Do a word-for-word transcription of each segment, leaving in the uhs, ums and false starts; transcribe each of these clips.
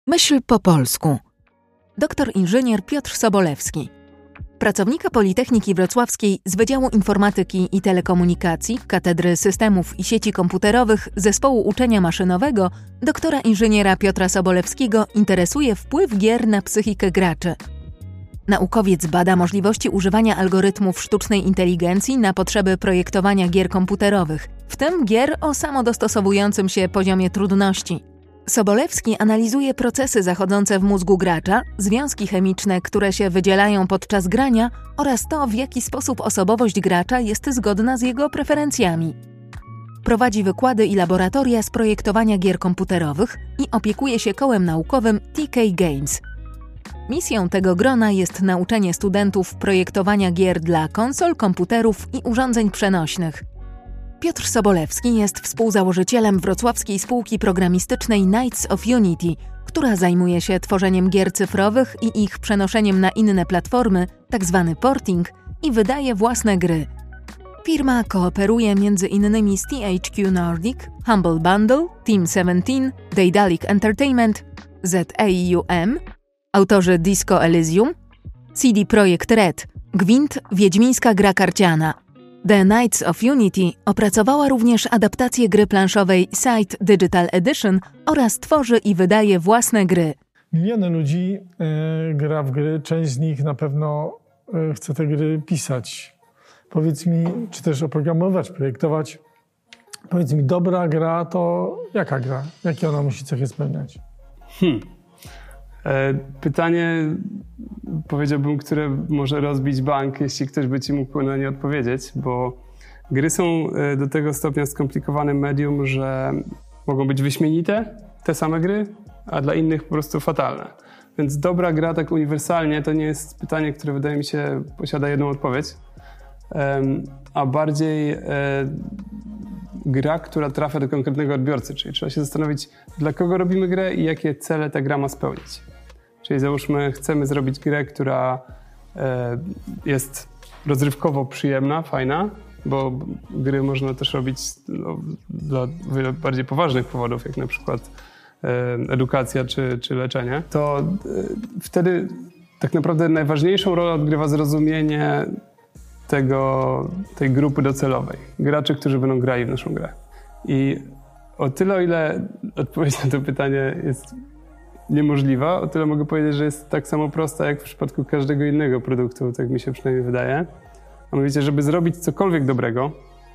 Myśl po polsku. Doktor inżynier Piotr Sobolewski. Pracownika Politechniki Wrocławskiej z Wydziału Informatyki i Telekomunikacji, Katedry Systemów i Sieci Komputerowych Zespołu Uczenia Maszynowego, doktora inżyniera Piotra Sobolewskiego interesuje wpływ gier na psychikę graczy. Naukowiec bada możliwości używania algorytmów sztucznej inteligencji na potrzeby projektowania gier komputerowych, w tym gier o samodostosowującym się poziomie trudności. Sobolewski analizuje procesy zachodzące w mózgu gracza, związki chemiczne, które się wydzielają podczas grania oraz to, w jaki sposób osobowość gracza jest zgodna z jego preferencjami. Prowadzi wykłady i laboratoria z projektowania gier komputerowych i opiekuje się kołem naukowym T K Games. Misją tego grona jest nauczenie studentów projektowania gier dla konsol, komputerów i urządzeń przenośnych. Piotr Sobolewski jest współzałożycielem wrocławskiej spółki programistycznej Knights of Unity, która zajmuje się tworzeniem gier cyfrowych i ich przenoszeniem na inne platformy, tzw. porting, i wydaje własne gry. Firma kooperuje między innymi z T H Q Nordic, Humble Bundle, Team siedemnaście, Daedalic Entertainment, Z A U M, autorzy Disco Elysium, C D Projekt Red, Gwint, wiedźmińska gra karciana. The Knights of Unity opracowała również adaptację gry planszowej Scythe Digital Edition oraz tworzy i wydaje własne gry. Miliony ludzi y, gra w gry, część z nich na pewno y, chce te gry pisać. Powiedz mi, czy też oprogramować, projektować. Powiedz mi, dobra gra to jaka gra? Jakie ona musi cechy spełniać? Hmm. Pytanie, powiedziałbym, które może rozbić bank, jeśli ktoś by ci mógł na nie odpowiedzieć, bo gry są do tego stopnia skomplikowanym medium, że mogą być wyśmienite, te same gry, a dla innych po prostu fatalne. Więc dobra gra tak uniwersalnie to nie jest pytanie, które wydaje mi się posiada jedną odpowiedź, a bardziej gra, która trafia do konkretnego odbiorcy, czyli trzeba się zastanowić, dla kogo robimy grę i jakie cele ta gra ma spełnić. Czyli załóżmy, chcemy zrobić grę, która e, jest rozrywkowo przyjemna, fajna, bo gry można też robić no, dla wiele bardziej poważnych powodów, jak na przykład e, edukacja czy, czy leczenie, to e, wtedy tak naprawdę najważniejszą rolę odgrywa zrozumienie tego, tej grupy docelowej. Graczy, którzy będą grali w naszą grę. I o tyle, o ile odpowiedź na to pytanie jest niemożliwa, o tyle mogę powiedzieć, że jest tak samo prosta jak w przypadku każdego innego produktu, tak mi się przynajmniej wydaje. A mianowicie, żeby zrobić cokolwiek dobrego,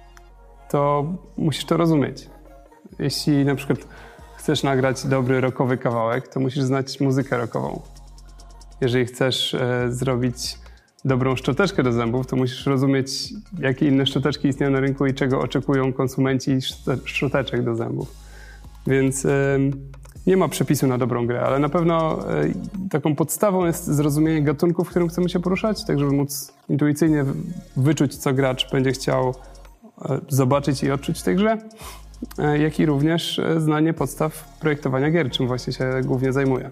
to musisz to rozumieć. Jeśli na przykład chcesz nagrać dobry rockowy kawałek, to musisz znać muzykę rockową. Jeżeli chcesz e, zrobić dobrą szczoteczkę do zębów, to musisz rozumieć, jakie inne szczoteczki istnieją na rynku i czego oczekują konsumenci szczoteczek do zębów. Więc e, nie ma przepisu na dobrą grę, ale na pewno taką podstawą jest zrozumienie gatunku, w którym chcemy się poruszać, tak żeby móc intuicyjnie wyczuć, co gracz będzie chciał zobaczyć i odczuć w tej grze, jak i również znanie podstaw projektowania gier, czym właśnie się głównie zajmuję.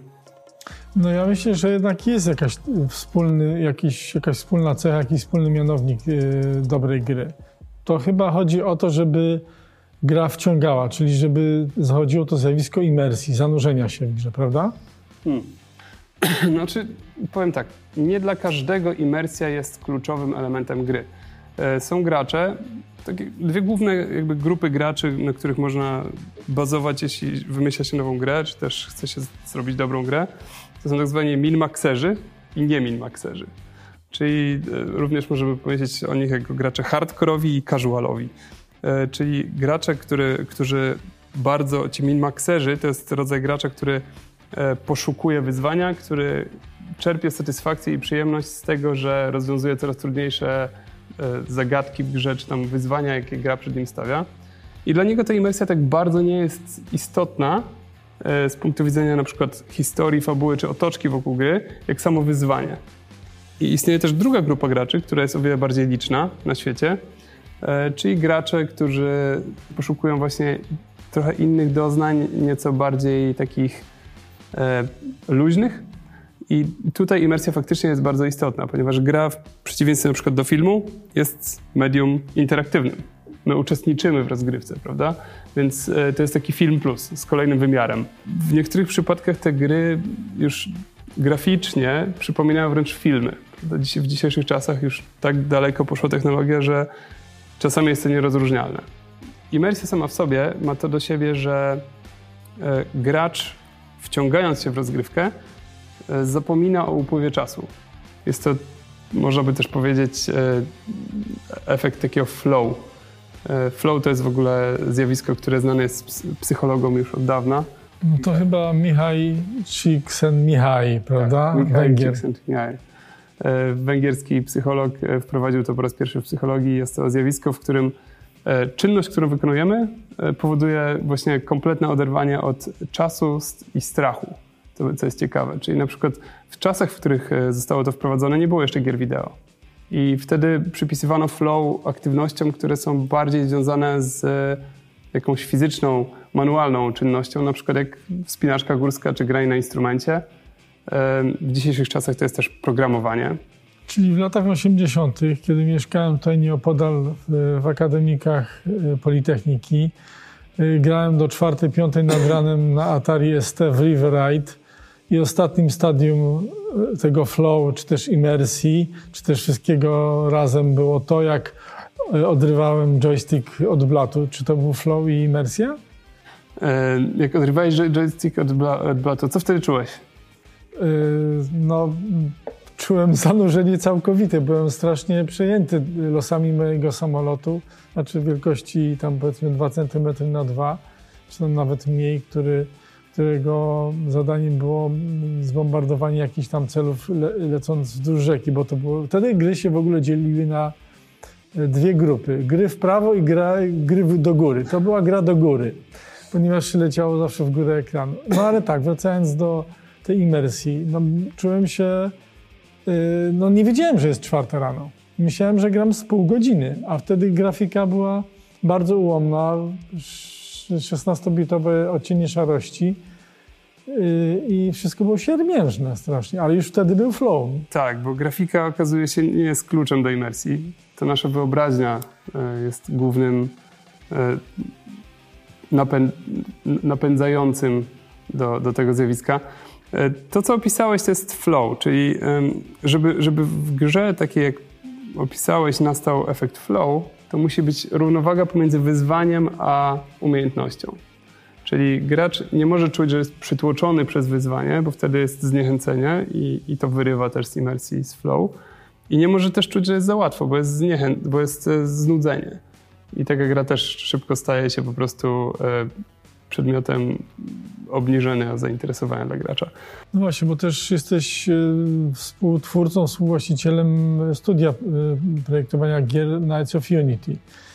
No ja myślę, że jednak jest jakaś, wspólny, jakiś, jakaś wspólna cecha, jakiś wspólny mianownik yy, dobrej gry. To chyba chodzi o to, żeby gra wciągała, czyli żeby zachodziło to zjawisko imersji, zanurzenia się w grze, prawda? Hmm. Znaczy, powiem tak, nie dla każdego imersja jest kluczowym elementem gry. Są gracze, takie dwie główne jakby grupy graczy, na których można bazować, jeśli wymyśla się nową grę, czy też chce się zrobić dobrą grę. To są tak zwani min-maxerzy i nie-min-maxerzy. Czyli również możemy powiedzieć o nich jako gracze hardkorowi i casualowi. Czyli gracze, który, którzy bardzo, ci min-maxerzy, to jest rodzaj gracza, który poszukuje wyzwania, który czerpie satysfakcję i przyjemność z tego, że rozwiązuje coraz trudniejsze zagadki w grze, czy tam wyzwania, jakie gra przed nim stawia. I dla niego ta imersja tak bardzo nie jest istotna z punktu widzenia na przykład historii, fabuły czy otoczki wokół gry, jak samo wyzwanie. I istnieje też druga grupa graczy, która jest o wiele bardziej liczna na świecie, czyli gracze, którzy poszukują właśnie trochę innych doznań, nieco bardziej takich e, luźnych. I tutaj imersja faktycznie jest bardzo istotna, ponieważ gra w przeciwieństwie na przykład do filmu jest medium interaktywnym. my uczestniczymy w rozgrywce, prawda? Więc to jest taki film plus z kolejnym wymiarem. W niektórych przypadkach te gry już graficznie przypominają wręcz filmy. W dzisiejszych czasach już tak daleko poszła technologia, że czasami jest to nierozróżnialne. Imersja sama w sobie ma to do siebie, że gracz, wciągając się w rozgrywkę, zapomina o upływie czasu. Jest to, można by też powiedzieć, efekt takiego flow. Flow to jest w ogóle zjawisko, które znane jest psychologom już od dawna. No to chyba Michaj Csikszentmihalyi, prawda? Tak, Michaj Węgier. Csikszentmihalyi. Węgierski psycholog wprowadził to po raz pierwszy w psychologii. Jest to zjawisko, w którym czynność, którą wykonujemy, powoduje właśnie kompletne oderwanie od czasu i strachu. To, co jest ciekawe. Czyli na przykład w czasach, w których zostało to wprowadzone, nie było jeszcze gier wideo. I wtedy przypisywano flow aktywnościom, które są bardziej związane z jakąś fizyczną, manualną czynnością, na przykład jak wspinaczka górska czy granie na instrumencie. W dzisiejszych czasach to jest też programowanie. Czyli w latach osiemdziesiątych, kiedy mieszkałem tutaj nieopodal w, w akademikach Politechniki, grałem do czwartej, piątej nad ranem na Atari S T w River Ride i ostatnim stadium tego flow, czy też imersji, czy też wszystkiego razem było to, jak odrywałem joystick od blatu. Czy to był flow i imersja? Jak odrywałeś joystick od, bla, od blatu, co wtedy czułeś? No, czułem zanurzenie całkowite. Byłem strasznie przejęty losami mojego samolotu, znaczy wielkości tam powiedzmy dwa centymetry na dwa, czy tam nawet mniej, który, którego zadaniem było zbombardowanie jakichś tam celów le, lecąc wzdłuż rzeki, bo to było, wtedy gry się w ogóle dzieliły na dwie grupy. Gry w prawo i gra, gry do góry. To była gra do góry, ponieważ się leciało zawsze w górę ekranu. No ale tak, wracając do tej imersji, no, czułem się, yy, no nie wiedziałem, że jest czwarta rano. Myślałem, że gram z pół godziny, a wtedy grafika była bardzo ułomna, szesnastobitowe odcienie szarości yy, i wszystko było siermiężne strasznie, ale już wtedy był flow. Tak, bo grafika okazuje się nie jest kluczem do imersji. To nasza wyobraźnia yy, jest głównym yy, napęd, napędzającym do, do tego zjawiska. To, co opisałeś, to jest flow, czyli żeby, żeby w grze takiej, jak opisałeś, nastał efekt flow, to musi być równowaga pomiędzy wyzwaniem a umiejętnością. Czyli gracz nie może czuć, że jest przytłoczony przez wyzwanie, bo wtedy jest zniechęcenie i, i to wyrywa też z imersji, z flow. I nie może też czuć, że jest za łatwo, bo jest, zniechę- bo jest znudzenie. I taka gra też szybko staje się po prostu przedmiotem obniżenia zainteresowania dla gracza. No właśnie, bo też jesteś współtwórcą, współwłaścicielem studia projektowania gier Knights of Unity.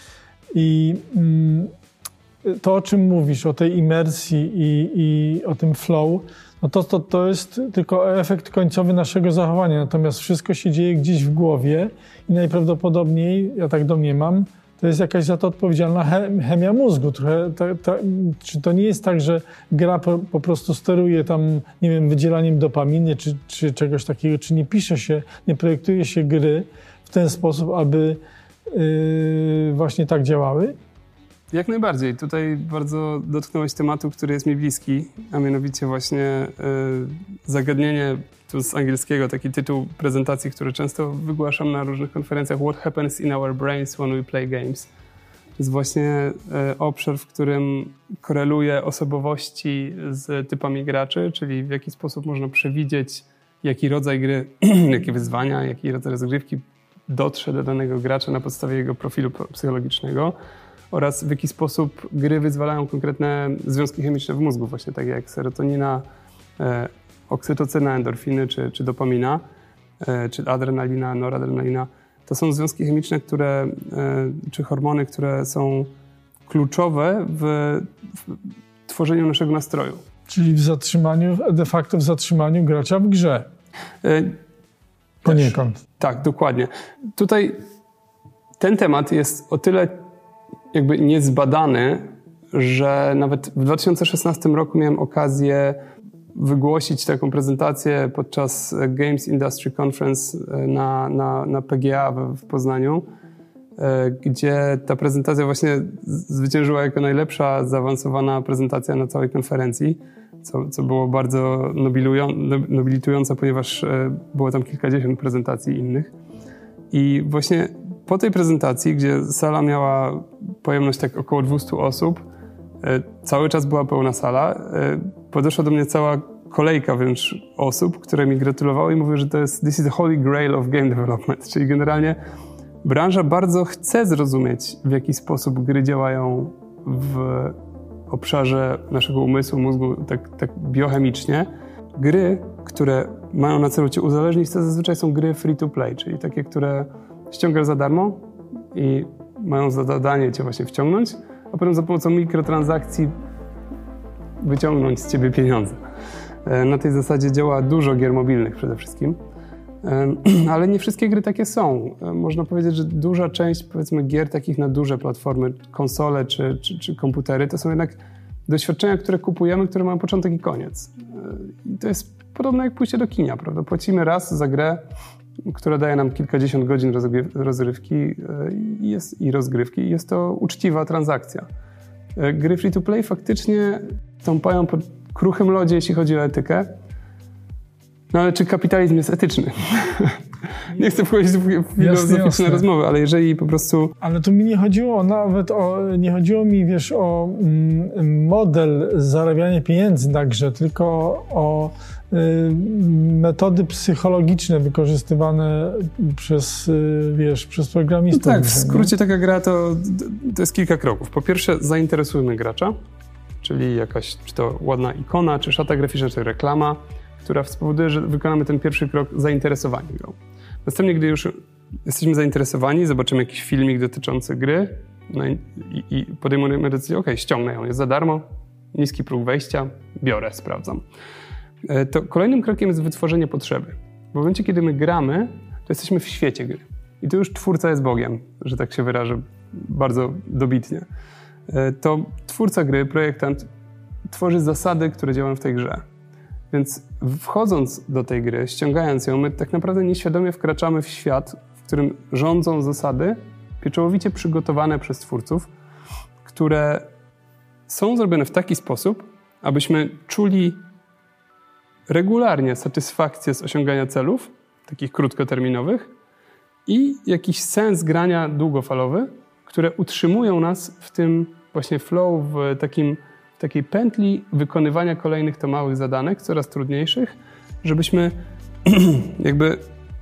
I to, o czym mówisz, o tej imersji i, i o tym flow, no to, to, to jest tylko efekt końcowy naszego zachowania. Natomiast wszystko się dzieje gdzieś w głowie i najprawdopodobniej, ja tak domniemam, to jest jakaś za to odpowiedzialna chemia mózgu. Trochę, ta, ta, czy to nie jest tak, że gra po, po prostu steruje tam, nie wiem, wydzielaniem dopaminy czy, czy czegoś takiego, czy nie pisze się, nie projektuje się gry w ten sposób, aby yy, właśnie tak działały? Jak najbardziej. Tutaj bardzo dotknąłeś tematu, który jest mi bliski, a mianowicie właśnie yy, zagadnienie, tu z angielskiego taki tytuł prezentacji, który często wygłaszam na różnych konferencjach, What happens in our brains when we play games. To jest właśnie yy, obszar, w którym koreluje osobowości z typami graczy, czyli w jaki sposób można przewidzieć, jaki rodzaj gry, jakie wyzwania, jaki rodzaj rozgrywki dotrze do danego gracza na podstawie jego profilu psychologicznego. Oraz w jaki sposób gry wyzwalają konkretne związki chemiczne w mózgu, właśnie tak jak serotonina, e, oksytocyna, endorfiny czy, czy dopamina, e, czy adrenalina, noradrenalina. To są związki chemiczne, które, e, czy hormony, które są kluczowe w, w tworzeniu naszego nastroju. Czyli w zatrzymaniu, de facto w zatrzymaniu gracza w grze. E, Poniekąd. Też, tak, dokładnie. Tutaj ten temat jest o tyle jakby niezbadany, że nawet w dwa tysiące szesnastym roku miałem okazję wygłosić taką prezentację podczas Games Industry Conference na, na, na P G A w, w Poznaniu, gdzie ta prezentacja właśnie zwyciężyła jako najlepsza zaawansowana prezentacja na całej konferencji, co, co było bardzo nobilitujące, ponieważ było tam kilkadziesiąt prezentacji innych. I właśnie po tej prezentacji, gdzie sala miała pojemność tak około dwieście osób, cały czas była pełna sala, podeszła do mnie cała kolejka wręcz osób, które mi gratulowały i mówiły, że to jest this is the holy grail of game development, czyli generalnie branża bardzo chce zrozumieć, w jaki sposób gry działają w obszarze naszego umysłu, mózgu, tak, tak biochemicznie. Gry, które mają na celu cię uzależnić, to zazwyczaj są gry free to play, czyli takie, które ściągasz za darmo i mają za zadanie cię właśnie wciągnąć, a potem za pomocą mikrotransakcji wyciągnąć z ciebie pieniądze. Na tej zasadzie działa dużo gier mobilnych przede wszystkim. Ale nie wszystkie gry takie są. Można powiedzieć, że duża część, powiedzmy, gier takich na duże platformy, konsole czy, czy, czy komputery, to są jednak doświadczenia, które kupujemy, które mają początek i koniec. I to jest podobne jak pójście do kina, prawda? Płacimy raz za grę, która daje nam kilkadziesiąt godzin rozrywki i, jest, i rozgrywki i jest to uczciwa transakcja. Gry free to play faktycznie stąpają po kruchym lodzie, jeśli chodzi o etykę. No ale czy kapitalizm jest etyczny? Nie chcę wchodzić w filozoficzne rozmowy, ale jeżeli po prostu... Ale tu mi nie chodziło nawet o... Nie chodziło mi, wiesz, o mm, model zarabiania pieniędzy na grze, tylko o y, metody psychologiczne wykorzystywane przez, y, wiesz, przez programistów. No tak, w skrócie taka gra to, to jest kilka kroków. Po pierwsze, zainteresujmy gracza, czyli jakaś, czy to ładna ikona, czy szata graficzna, czy reklama, która spowoduje, że wykonamy ten pierwszy krok zainteresowania grą. Następnie, gdy już jesteśmy zainteresowani, zobaczymy jakiś filmik dotyczący gry no i, i podejmujemy decyzję, ok, ściągnę ją, jest za darmo, niski próg wejścia, biorę, sprawdzam. To kolejnym krokiem jest wytworzenie potrzeby. W momencie, kiedy my gramy, to jesteśmy w świecie gry. I tu już twórca jest Bogiem, że tak się wyrażę bardzo dobitnie. To twórca gry, projektant, tworzy zasady, które działają w tej grze. Więc wchodząc do tej gry, ściągając ją, my tak naprawdę nieświadomie wkraczamy w świat, w którym rządzą zasady pieczołowicie przygotowane przez twórców, które są zrobione w taki sposób, abyśmy czuli regularnie satysfakcję z osiągania celów, takich krótkoterminowych, i jakiś sens grania długofalowy, które utrzymują nas w tym właśnie flow, w takim w takiej pętli wykonywania kolejnych to małych zadanek, coraz trudniejszych, żebyśmy jakby,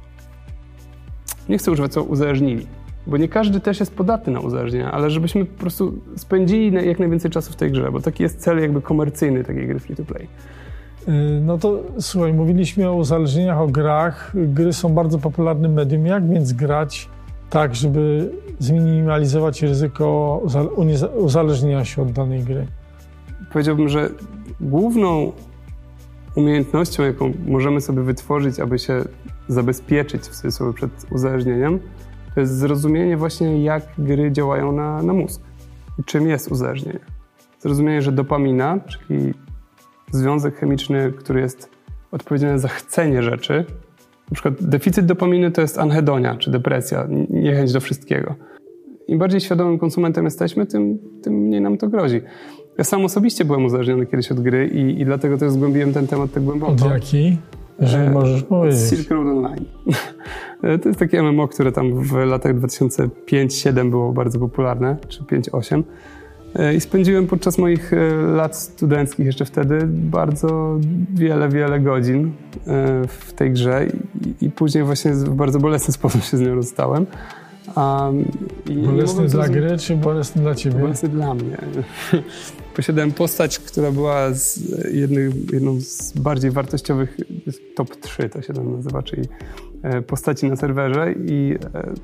nie chcę używać słowa uzależnili, bo nie każdy też jest podatny na uzależnienia, ale żebyśmy po prostu spędzili jak najwięcej czasu w tej grze, bo taki jest cel jakby komercyjny takiej gry free to play. No to słuchaj, mówiliśmy o uzależnieniach, o grach. Gry są bardzo popularnym medium. Jak więc grać tak, żeby zminimalizować ryzyko uzależnienia się od danej gry? Powiedziałbym, że główną umiejętnością, jaką możemy sobie wytworzyć, aby się zabezpieczyć w cudzysłowie przed uzależnieniem, to jest zrozumienie właśnie, jak gry działają na, na mózg i czym jest uzależnienie. Zrozumienie, że dopamina, czyli związek chemiczny, który jest odpowiedzialny za chcenie rzeczy, na przykład deficyt dopaminy to jest anhedonia, czy depresja, niechęć do wszystkiego. Im bardziej świadomym konsumentem jesteśmy, tym, tym mniej nam to grozi. Ja sam osobiście byłem uzależniony kiedyś od gry i, i dlatego też zgłębiłem ten temat tak głęboko. Od jaki? Jeżeli e, możesz powiedzieć. Silk Road Online. To jest takie M M O, które tam w latach dwa tysiące piąty do dwa tysiące siódmego było bardzo popularne, czy pięć osiem. I spędziłem podczas moich lat studenckich jeszcze wtedy bardzo wiele, wiele godzin w tej grze i, i później właśnie w bardzo bolesny sposób się z nią rozstałem. Um, bolesny dla zrozumieć... gry, czy bolesny dla ciebie? Bolesny dla mnie. Posiadałem postać, która była z jednym, jedną z bardziej wartościowych, top trzy to się tam nazywa, czyli postaci na serwerze i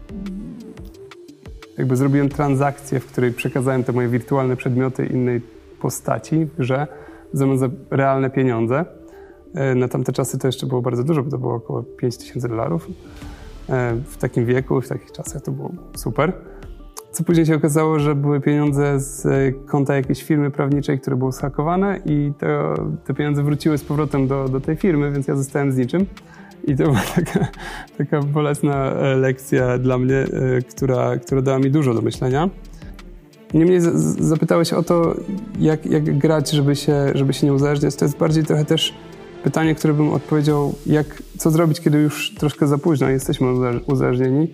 jakby zrobiłem transakcję, w której przekazałem te moje wirtualne przedmioty innej postaci w grze w zamian za realne pieniądze. Na tamte czasy to jeszcze było bardzo dużo, bo to było około pięć tysięcy dolarów. W takim wieku, w takich czasach to było super. Co później się okazało, że były pieniądze z konta jakiejś firmy prawniczej, które było zhakowane i to, te pieniądze wróciły z powrotem do, do tej firmy, więc ja zostałem z niczym. I to była taka, taka bolesna lekcja dla mnie, która, która dała mi dużo do myślenia. Niemniej z- zapytałeś o to, jak, jak grać, żeby się, żeby się nie uzależniać. To jest bardziej trochę też pytanie, które bym odpowiedział, jak, co zrobić, kiedy już troszkę za późno jesteśmy uzależnieni.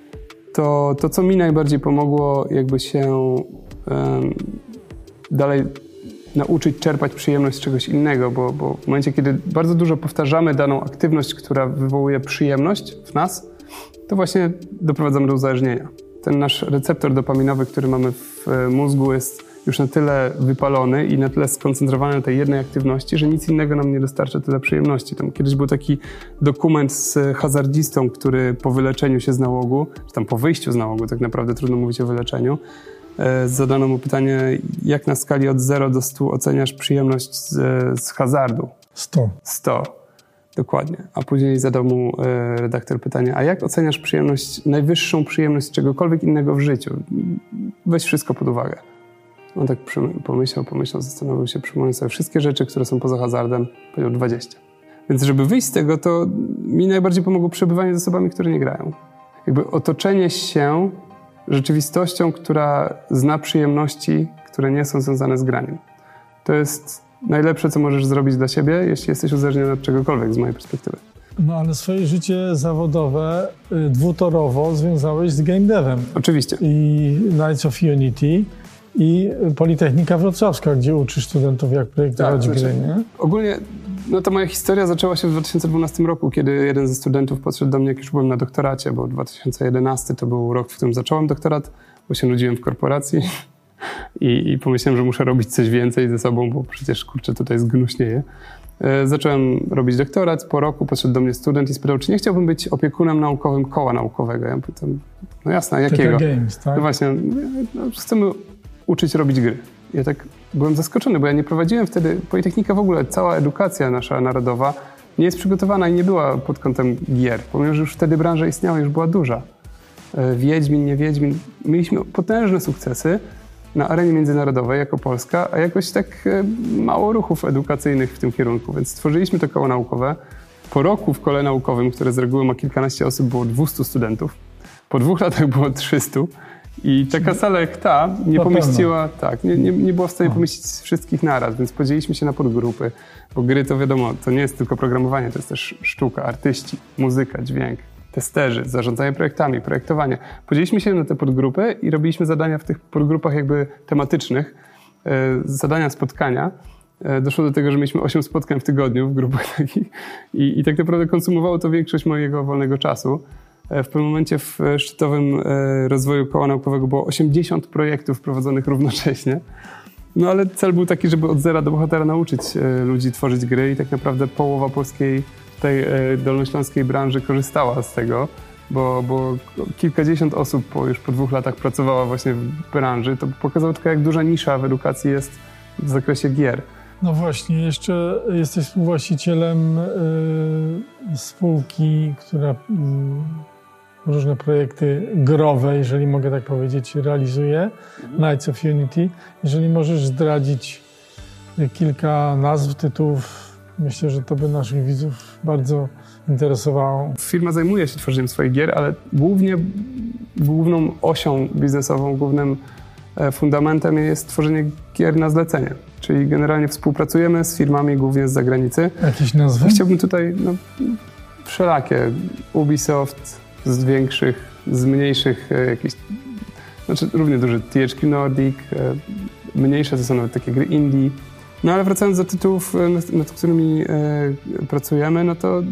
To, to co mi najbardziej pomogło, jakby się um, dalej nauczyć czerpać przyjemność z czegoś innego, bo, bo w momencie, kiedy bardzo dużo powtarzamy daną aktywność, która wywołuje przyjemność w nas, to właśnie doprowadzamy do uzależnienia. Ten nasz receptor dopaminowy, który mamy w mózgu, jest już na tyle wypalony i na tyle skoncentrowany na tej jednej aktywności, że nic innego nam nie dostarcza tyle przyjemności. Tam kiedyś był taki dokument z hazardzistą, który po wyleczeniu się z nałogu, czy tam po wyjściu z nałogu, tak naprawdę trudno mówić o wyleczeniu, zadano mu pytanie, jak na skali od zera do stu oceniasz przyjemność z, z hazardu? sto. sto, dokładnie. A później zadał mu redaktor pytanie, a jak oceniasz przyjemność, najwyższą przyjemność z czegokolwiek innego w życiu? Weź wszystko pod uwagę. On tak pomyślał, pomyślał, zastanowił się, przypomniał sobie wszystkie rzeczy, które są poza hazardem, powiedział dwadzieścia. Więc żeby wyjść z tego, to mi najbardziej pomogło przebywanie z osobami, które nie grają. Jakby otoczenie się rzeczywistością, która zna przyjemności, które nie są związane z graniem. To jest najlepsze, co możesz zrobić dla siebie, jeśli jesteś uzależniony od czegokolwiek z mojej perspektywy. No ale swoje życie zawodowe y, dwutorowo związałeś z game devem. Oczywiście. I Knights of Unity i Politechnika Wrocławska, gdzie uczysz studentów, jak projektować tak, gry, znaczy, nie? Ogólnie no to moja historia zaczęła się w dwa tysiące dwunastym roku, kiedy jeden ze studentów podszedł do mnie, jak już byłem na doktoracie, bo dwa tysiące jedenasty to był rok, w którym zacząłem doktorat, bo się nudziłem w korporacji i, i pomyślałem, że muszę robić coś więcej ze sobą, bo przecież, kurczę, tutaj zgnuśnieje. E, zacząłem robić doktorat, po roku podszedł do mnie student i spytał, czy nie chciałbym być opiekunem naukowym koła naukowego. Ja pytam, no jasne, jakiego? Games, tak? No właśnie, no, chcemy uczyć robić gry. Ja tak byłem zaskoczony, bo ja nie prowadziłem wtedy, Politechnika w ogóle, cała edukacja nasza narodowa nie jest przygotowana i nie była pod kątem gier, pomimo że już wtedy branża istniała, już była duża. Wiedźmin, nie Wiedźmin. Mieliśmy potężne sukcesy na arenie międzynarodowej jako Polska, a jakoś tak mało ruchów edukacyjnych w tym kierunku, więc stworzyliśmy to koło naukowe. Po roku w kole naukowym, które z reguły ma kilkanaście osób, było dwieście studentów. Po dwóch latach było trzysta. I taka sala jak ta nie to pomieściła, tak, nie, nie, nie była w stanie pomieścić wszystkich naraz, więc podzieliliśmy się na podgrupy, bo gry to wiadomo, to nie jest tylko programowanie, to jest też sztuka, artyści, muzyka, dźwięk, testerzy, zarządzanie projektami, projektowanie. Podzieliliśmy się na te podgrupy i robiliśmy zadania w tych podgrupach jakby tematycznych, zadania, spotkania. Doszło do tego, że mieliśmy osiem spotkań w tygodniu w grupach takich i, i tak naprawdę konsumowało to większość mojego wolnego czasu. W pewnym momencie w szczytowym rozwoju koła naukowego było osiemdziesiąt projektów prowadzonych równocześnie. No ale cel był taki, żeby od zera do bohatera nauczyć ludzi tworzyć gry i tak naprawdę połowa polskiej, tej dolnośląskiej branży korzystała z tego, bo, bo kilkadziesiąt osób po, już po dwóch latach pracowała właśnie w branży. To pokazało tylko, jak duża nisza w edukacji jest w zakresie gier. No właśnie, jeszcze jesteś współwłaścicielem y, spółki, która y, różne projekty growe, jeżeli mogę tak powiedzieć, realizuje, Knights of Unity. Jeżeli możesz zdradzić kilka nazw, tytułów, myślę, że to by naszych widzów bardzo interesowało. Firma zajmuje się tworzeniem swoich gier, ale głównie główną osią biznesową, głównym fundamentem jest tworzenie gier na zlecenie. Czyli generalnie współpracujemy z firmami głównie z zagranicy. Jakieś nazwy? Chciałbym tutaj no, wszelakie. Ubisoft z większych, z mniejszych jakieś, znaczy równie duży T H Q Nordic, mniejsze to są nawet takie gry indie. No ale wracając do tytułów, nad, nad którymi e, pracujemy, no to e,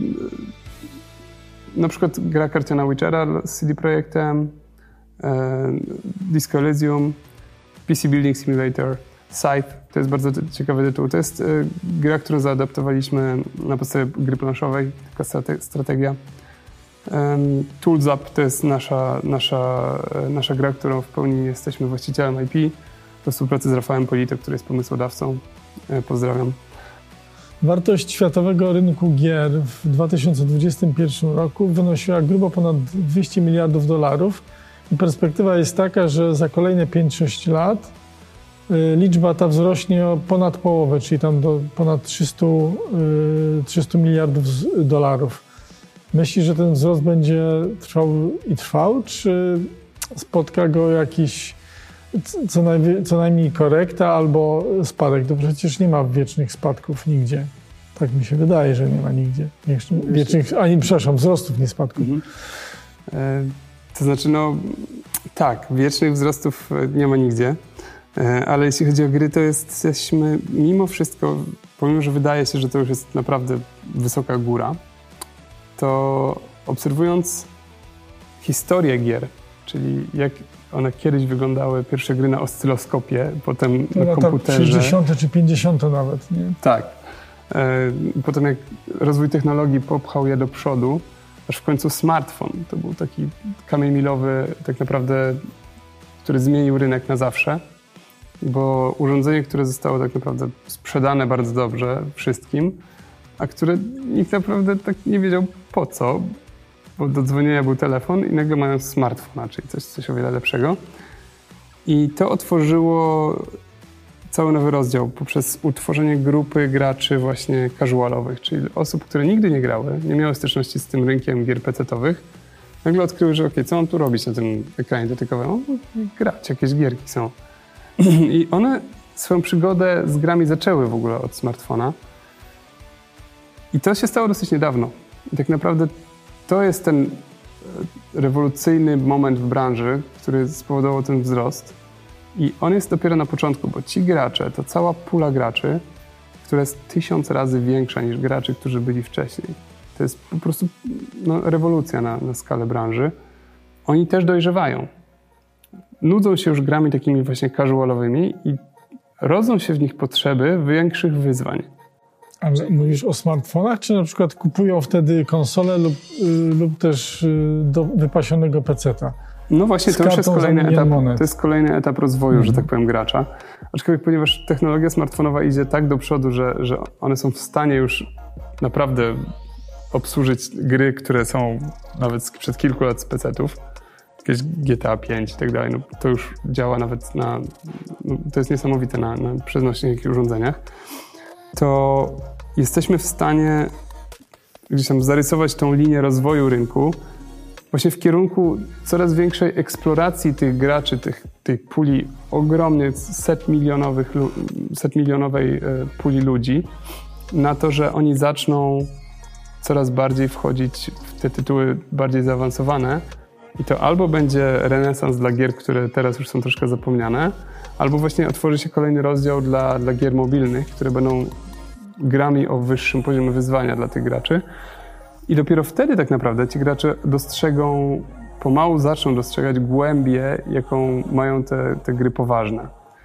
na przykład gra karciana Witchera z C D Projektem, e, Disco Elysium, P C Building Simulator, Scythe, to jest bardzo ciekawy tytuł. To jest e, gra, którą zaadaptowaliśmy na podstawie gry planszowej, taka strate- strategia. E, Tools Up to jest nasza, nasza, e, nasza gra, którą w pełni jesteśmy właścicielem I P, we współpracy z Rafałem Polito, który jest pomysłodawcą. Pozdrawiam. Wartość światowego rynku gier w dwa tysiące dwudziestym pierwszym roku wynosiła grubo ponad dwieście miliardów dolarów i perspektywa jest taka, że za kolejne pięć sześć lat liczba ta wzrośnie o ponad połowę, czyli tam do ponad trzysta miliardów dolarów. Myślisz, że ten wzrost będzie trwał i trwał, czy spotka go jakiś co, najwie, co najmniej korekta albo spadek? To przecież nie ma wiecznych spadków nigdzie. Tak mi się wydaje, że nie ma nigdzie wiecznych, ani przepraszam, wzrostów, nie spadków. Mhm. E, to znaczy, no tak, wiecznych wzrostów nie ma nigdzie, e, ale jeśli chodzi o gry, to jesteśmy mimo wszystko, pomimo że wydaje się, że to już jest naprawdę wysoka góra, to obserwując historię gier, czyli jak one kiedyś wyglądały, pierwsze gry na oscyloskopie, potem to na komputerze. sześćdziesiąte czy pięćdziesiąte nawet, nie? Tak. Potem jak rozwój technologii popchał je do przodu, aż w końcu smartfon. To był taki kamień milowy tak naprawdę, który zmienił rynek na zawsze, bo urządzenie, które zostało tak naprawdę sprzedane bardzo dobrze wszystkim, a które nikt naprawdę tak nie wiedział po co, bo do dzwonienia był telefon i nagle mają smartfona, czyli coś, coś o wiele lepszego. I to otworzyło cały nowy rozdział poprzez utworzenie grupy graczy właśnie casualowych, czyli osób, które nigdy nie grały, nie miały styczności z tym rynkiem gier pecetowych, nagle odkryły, że okej, okay, co mam tu robić na tym ekranie dotykowym? O, grać, jakieś gierki są. I one swoją przygodę z grami zaczęły w ogóle od smartfona. I to się stało dosyć niedawno. I tak naprawdę to jest ten rewolucyjny moment w branży, który spowodował ten wzrost. I on jest dopiero na początku, bo ci gracze, to cała pula graczy, która jest tysiąc razy większa niż graczy, którzy byli wcześniej. To jest po prostu no, rewolucja na, na skalę branży. Oni też dojrzewają. Nudzą się już grami takimi właśnie casualowymi i rodzą się w nich potrzeby większych wyzwań. Ale mówisz o smartfonach, czy na przykład kupują wtedy konsolę lub, y, lub też y, do wypasionego peceta? No właśnie, to już jest kolejny etap, to jest kolejny etap rozwoju, mhm. że tak powiem, gracza. Aczkolwiek ponieważ technologia smartfonowa idzie tak do przodu, że, że one są w stanie już naprawdę obsłużyć gry, które są nawet sprzed kilku lat z pecetów, jakieś G T A pięć i tak dalej, no to już działa nawet na, no to jest niesamowite na, na przenośnych urządzeniach, to jesteśmy w stanie gdzieś tam zarysować tą linię rozwoju rynku właśnie w kierunku coraz większej eksploracji tych graczy, tych, tej puli ogromnie set milionowych, set milionowej puli ludzi na to, że oni zaczną coraz bardziej wchodzić w te tytuły bardziej zaawansowane i to albo będzie renesans dla gier, które teraz już są troszkę zapomniane, albo właśnie otworzy się kolejny rozdział dla, dla gier mobilnych, które będą grami o wyższym poziomie wyzwania dla tych graczy. I dopiero wtedy tak naprawdę ci gracze dostrzegą, pomału zaczną dostrzegać głębię, jaką mają te, te gry poważne.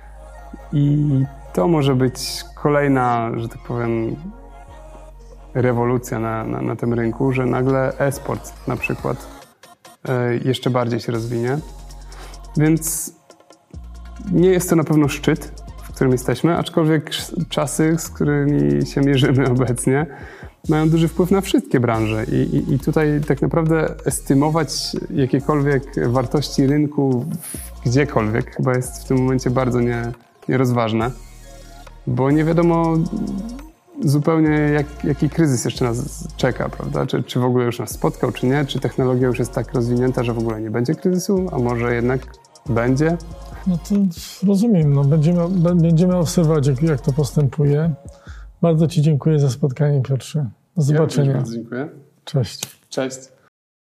I to może być kolejna, że tak powiem, rewolucja na, na, na tym rynku, że nagle e-sport na przykład e, jeszcze bardziej się rozwinie. Więc nie jest to na pewno szczyt, w którym jesteśmy, aczkolwiek czasy, z którymi się mierzymy obecnie, mają duży wpływ na wszystkie branże i, i, i tutaj tak naprawdę estymować jakiekolwiek wartości rynku gdziekolwiek chyba jest w tym momencie bardzo nie, nierozważne, bo nie wiadomo zupełnie jak, jaki kryzys jeszcze nas czeka, prawda? Czy, czy w ogóle już nas spotkał, czy nie, czy technologia już jest tak rozwinięta, że w ogóle nie będzie kryzysu, a może jednak będzie? No to rozumiem, no będziemy, będziemy obserwować jak, jak to postępuje. Bardzo Ci dziękuję za spotkanie, Piotrze. Do zobaczenia. Ja bardzo dziękuję. Cześć. Cześć.